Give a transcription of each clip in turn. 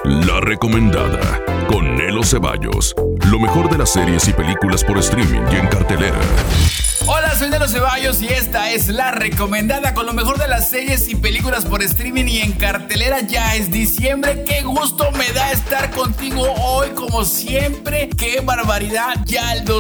La Recomendada, con Nelo Ceballos. Lo mejor de las series y películas por streaming y en cartelera. Hola, soy Nelo Ceballos y esta es La Recomendada, con lo mejor de las series y películas por streaming y en cartelera. Ya es diciembre, qué gusto me da estar contigo hoy como siempre. Qué barbaridad, ya el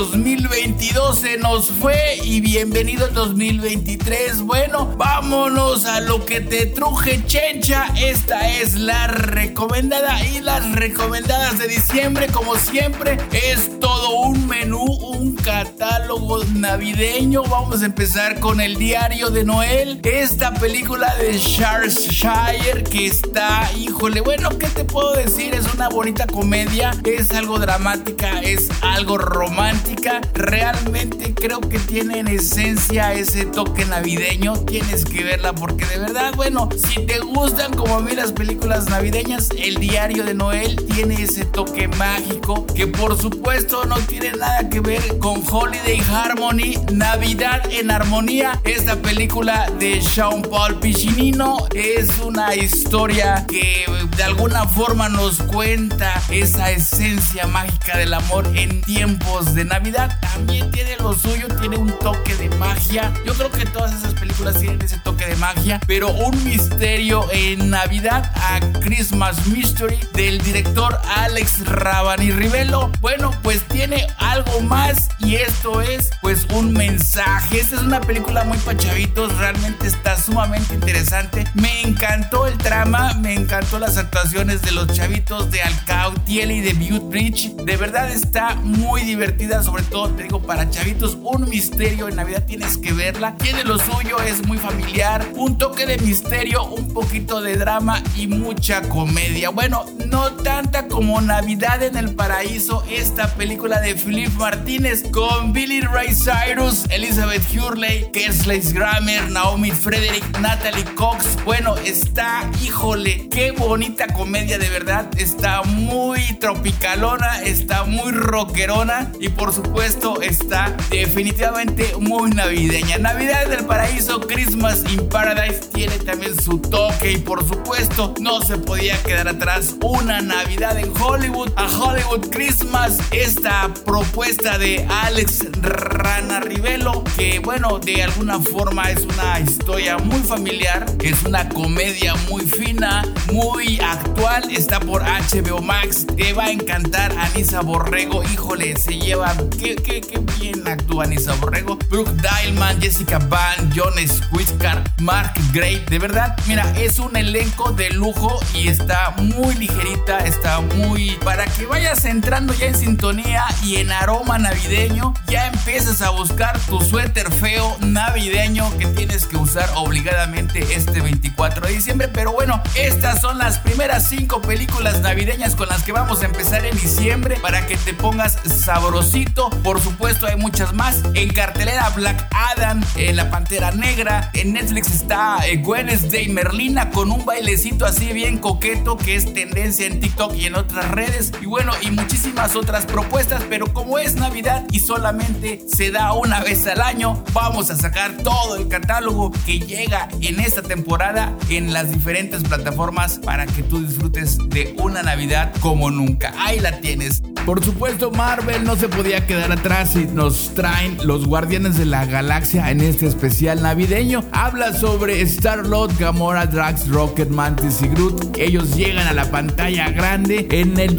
2022 se nos fue y bienvenido el 2023. Bueno, vámonos a lo que te truje, chencha. Esta es La Recomendada y las recomendadas de diciembre, como siempre, es todo un menú, un catálogo navideño. Vamos a empezar con El Diario de Noel, esta película de Charles Shire que está, híjole, bueno, ¿qué te puedo decir? Es una bonita comedia, es algo dramática, es algo romántica. Realmente creo que tiene en esencia ese toque navideño. Tienes que verla porque de verdad, bueno, si te gustan como a mí las películas navideñas, El Diario de Noel tiene ese toque mágico que por supuesto no tiene nada que ver con Holiday Harmony, Navidad en Armonía. Esta película de Jean-Paul Piccinino es una historia que de alguna forma nos cuenta esa esencia mágica del amor en tiempos de Navidad. También tiene lo suyo, tiene un toque de magia. Yo creo que todas esas películas tienen ese toque de magia, pero un misterio en Navidad, A Christmas Mystery, del director Alex Ravanni-Rivelo. Bueno, pues tiene algo más y esto es pues un mensaje. Esta es una película muy pa' chavitos, realmente está sumamente interesante. Me encantó el trama, me encantó las actuaciones de los chavitos de Al Cautiel y de Butte Bridge. De verdad está muy divertida, sobre todo te digo para chavitos. Un misterio en Navidad, tienes que verla. Tiene lo suyo, es muy familiar, un toque de misterio, un poquito de drama y mucha comedia. Bueno, no tanta como Navidad en el Paraíso, esta película de Philip Martínez con Billy Ray Cyrus, Elizabeth Hurley, Kelsey Grammer, Naomi Frederick, Natalie Cox. Bueno, está, híjole, qué bonita comedia, de verdad. Está muy tropicalona, está muy rockerona y por supuesto está definitivamente muy navideña. Navidad en el Paraíso, Christmas in Paradise, tiene también su toque y por supuesto no se podía quedar atrás una Navidad en Hollywood, A Hollywood Christmas, esta propuesta de Alex Ravanni-Rivelo, que bueno, de alguna forma es una historia muy familiar, es una comedia muy fina, muy actual. Está por HBO Max, te va a encantar. Anissa Borrego, híjole, se lleva, qué bien actúa Anissa Borrego, Brooke Diamond, Jessica Biel, John Squizcar, Mark Gray. De verdad, mira, es un elenco de lujo y está muy ligerita, está muy, para que vayas entrando ya en sintonía y en aroma navideño, ya empiezas a buscar tu suéter feo navideño que tienes que usar obligadamente este 24 de diciembre. Pero bueno, estas son las primeras 5 películas navideñas con las que vamos a empezar en diciembre para que te pongas sabrosito. Por supuesto hay muchas más en cartelera: Black Adam, La Pantera Negra. En Netflix está Wednesday Merlina, con un bailecito así bien coqueto que es tendencia en TikTok y en otras redes. Y bueno, y muchísimas otras propuestas, pero como es Navidad y solamente se da una vez al año, vamos a sacar todo el catálogo que llega en esta temporada en las diferentes plataformas para que tú disfrutes de una Navidad como nunca. Ahí la tienes. Por supuesto, Marvel no se podía quedar atrás y nos traen Los Guardianes de la Galaxia en este especial navideño. Habla sobre Star-Lord, Gamora, Drax, Rocket, Mantis y Groot. Ellos llegan a la pantalla grande en el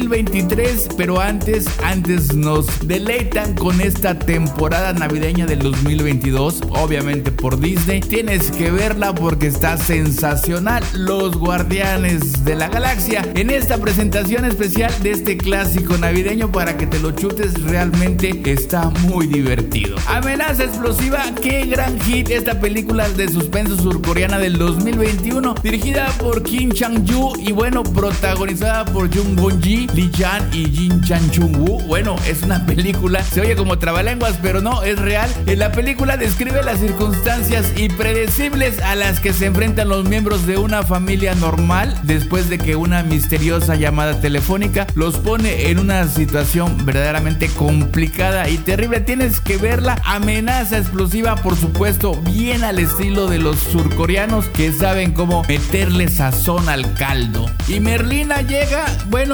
2023, pero antes nos deleitan con esta temporada navideña del 2022, obviamente por Disney. Tienes que verla porque está sensacional. Los Guardianes de la Galaxia en esta presentación especial de este clásico navideño para que te lo chutes, realmente está muy divertido. Amenaza Explosiva, qué gran hit esta película de suspenso surcoreana del 2021, dirigida por Kim Chang-woo y bueno, protagonizada por Jung Won-ji, Lee Jan y Jin Chan-chung-woo. Bueno, es una película, se oye como trabalenguas, pero no, es real. En la película describe las circunstancias impredecibles a las que se enfrentan los miembros de una familia normal después de que una misteriosa llamada telefónica los pone en una situación verdaderamente complicada y terrible. Tienes que verla. Amenaza explosiva, por supuesto, bien al estilo de los surcoreanos que saben cómo meterle sazón al caldo. Y Merlina llega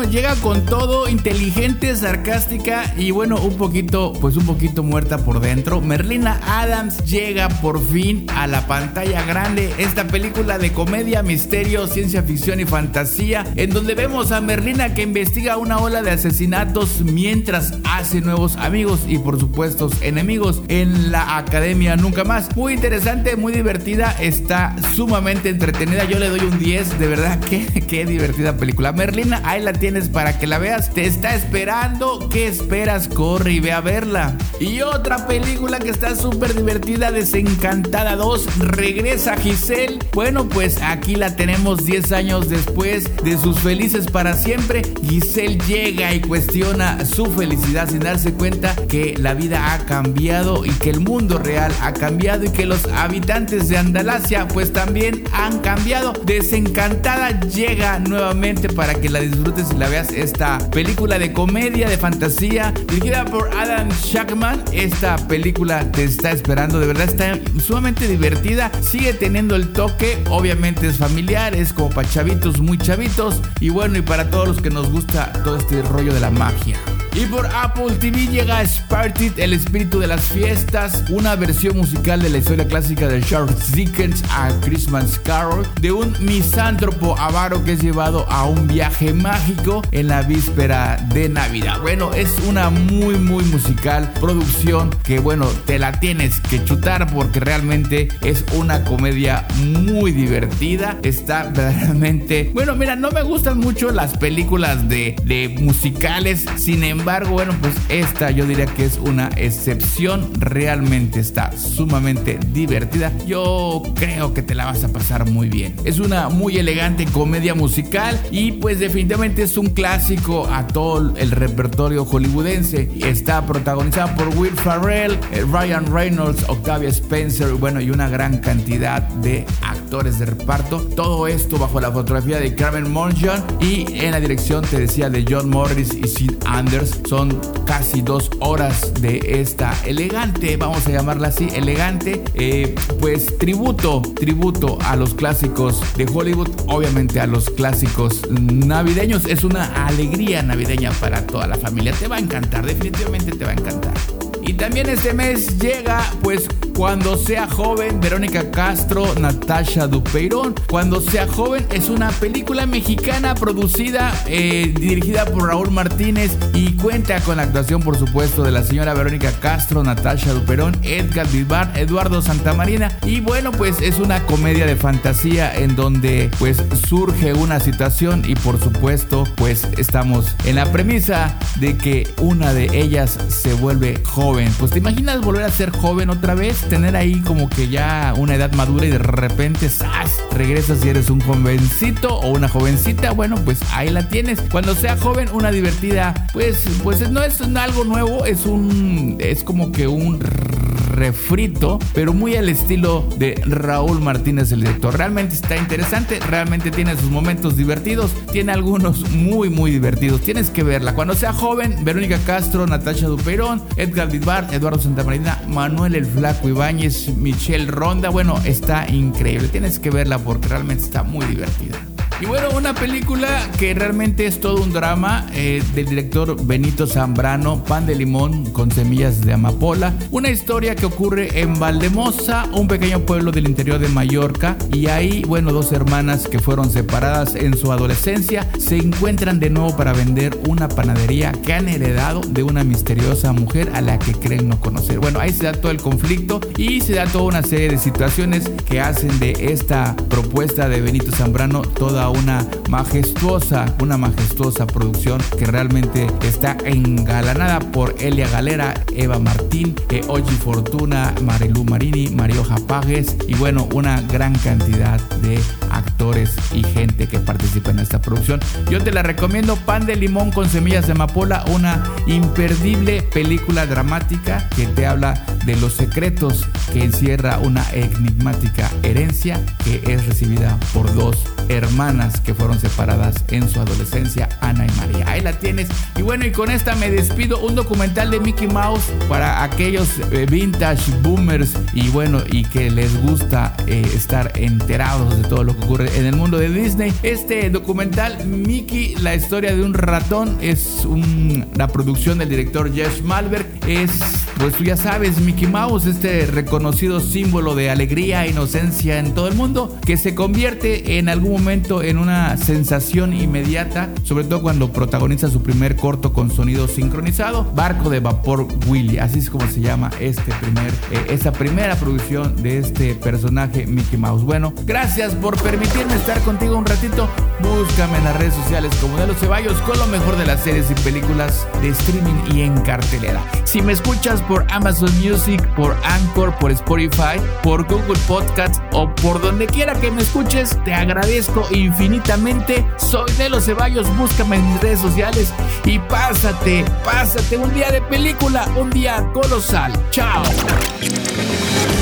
con todo, inteligente, sarcástica y bueno, un poquito muerta por dentro. Merlina Adams llega por fin a la pantalla grande. Esta película de comedia, misterio, ciencia ficción y fantasía, en donde vemos a Merlina que investiga una ola de asesinatos mientras hace nuevos amigos y por supuesto enemigos en la Academia Nunca Más. Muy interesante, muy divertida, está sumamente entretenida. Yo le doy un 10, de verdad, qué divertida película. Merlina, ahí la tienes para que la veas. Te está esperando. ¿Qué esperas? Corre y ve a verla. Y otra película que está súper divertida, Desencantada 2, regresa Giselle. Bueno, pues aquí la tenemos 10 años después de sus felices para siempre. Giselle llega y cuestiona su felicidad sin darse cuenta que la vida ha cambiado y que el mundo real ha cambiado y que los habitantes de Andalasia pues también han cambiado. Desencantada llega nuevamente para que la disfrutes y la veas. Esta película de comedia, de fantasía, dirigida por Adam Shackman. Esta película te está esperando, de verdad está sumamente divertida, sigue teniendo el toque, obviamente es familiar, es como para chavitos, muy chavitos, y bueno, y para todos los que nos gusta todo este rollo de la magia. Y por Apple TV llega Spirited, el espíritu de las fiestas, una versión musical de la historia clásica de Charles Dickens, A Christmas Carol, de un misántropo avaro que es llevado a un viaje mágico en la víspera de Navidad. Bueno, es una muy musical producción que bueno, te la tienes que chutar porque realmente es una comedia muy divertida. Está verdaderamente... Bueno, mira, no me gustan mucho las películas de musicales, sin embargo, bueno, pues esta yo diría que es una excepción. Realmente está sumamente divertida. Yo creo que te la vas a pasar muy bien. Es una muy elegante comedia musical y pues definitivamente es un clásico a todo el repertorio hollywoodense. Está protagonizada por Will Ferrell, Ryan Reynolds, Octavia Spencer, bueno, y una gran cantidad de actores de reparto. Todo esto bajo la fotografía de Carmen Monjan y en la dirección, te decía, de John Morris y Sid Anders. Son casi 2 horas de esta elegante, vamos a llamarla así, elegante, pues tributo a los clásicos de Hollywood, obviamente a los clásicos navideños. Es una alegría navideña para toda la familia. Te va a encantar, definitivamente te va a encantar. Y también este mes llega, pues, Cuando sea joven, Verónica Castro, Natasha Dupeirón. Cuando sea joven es una película mexicana producida, dirigida por Raúl Martínez y cuenta con la actuación, por supuesto, de la señora Verónica Castro, Natasha Dupeirón, Edgar Vivar, Eduardo Santamarina. Y bueno, pues es una comedia de fantasía en donde pues surge una situación y por supuesto pues estamos en la premisa de que una de ellas se vuelve joven. Pues te imaginas volver a ser joven otra vez, tener ahí como que ya una edad madura y de repente ¡zas!, regresas y eres un jovencito o una jovencita. Bueno, pues ahí la tienes. Cuando sea joven, una divertida, pues no es algo nuevo, es como que un refrito, pero muy al estilo de Raúl Martínez, el director. Realmente está interesante, realmente tiene sus momentos divertidos, tiene algunos muy divertidos. Tienes que verla. Cuando sea joven, Verónica Castro, Natasha Dupeirón, Edgar Vivar, Eduardo Santamarina, Manuel el Flaco Ibáñez, Michelle Ronda. Bueno, está increíble. Tienes que verla porque realmente está muy divertida. Y bueno, una película que realmente es todo un drama, del director Benito Zambrano, Pan de limón con semillas de amapola. Una historia que ocurre en Valdemosa, un pequeño pueblo del interior de Mallorca. Y ahí, bueno, 2 hermanas que fueron separadas en su adolescencia se encuentran de nuevo para vender una panadería que han heredado de una misteriosa mujer a la que creen no conocer. Bueno, ahí se da todo el conflicto y se da toda una serie de situaciones que hacen de esta propuesta de Benito Zambrano toda una majestuosa producción que realmente está engalanada por Elia Galera, Eva Martín, Oji Fortuna, Marilu Marini, Marioja Pagues y bueno, una gran cantidad de actores actores y gente que participa en esta producción. Yo te la recomiendo, Pan de limón con semillas de amapola, una imperdible película dramática que te habla de los secretos que encierra una enigmática herencia que es recibida por dos hermanas que fueron separadas en su adolescencia, Ana y María. Ahí la tienes. Y bueno, y con esta me despido. Un documental de Mickey Mouse para aquellos vintage boomers y bueno, y que les gusta estar enterados de todo lo que ocurre en el mundo de Disney. Este documental, Mickey, la historia de un ratón, es la producción del director Jeff Malberg. Pues tú ya sabes, Mickey Mouse, este reconocido símbolo de alegría e inocencia en todo el mundo, que se convierte en algún momento en una sensación inmediata, sobre todo cuando protagoniza su primer corto con sonido sincronizado, Barco de Vapor Willy, así es como se llama esta primera producción de este personaje Mickey Mouse. Bueno, gracias por permitirme estar contigo un ratito. Búscame en las redes sociales como Nelo Ceballos con lo mejor de las series y películas de streaming y en cartelera. Si me escuchas por Amazon Music, por Anchor, por Spotify, por Google Podcasts o por donde quiera que me escuches, te agradezco infinitamente. Soy Nelo Ceballos, búscame en mis redes sociales y pásate un día de película, un día colosal. Chao.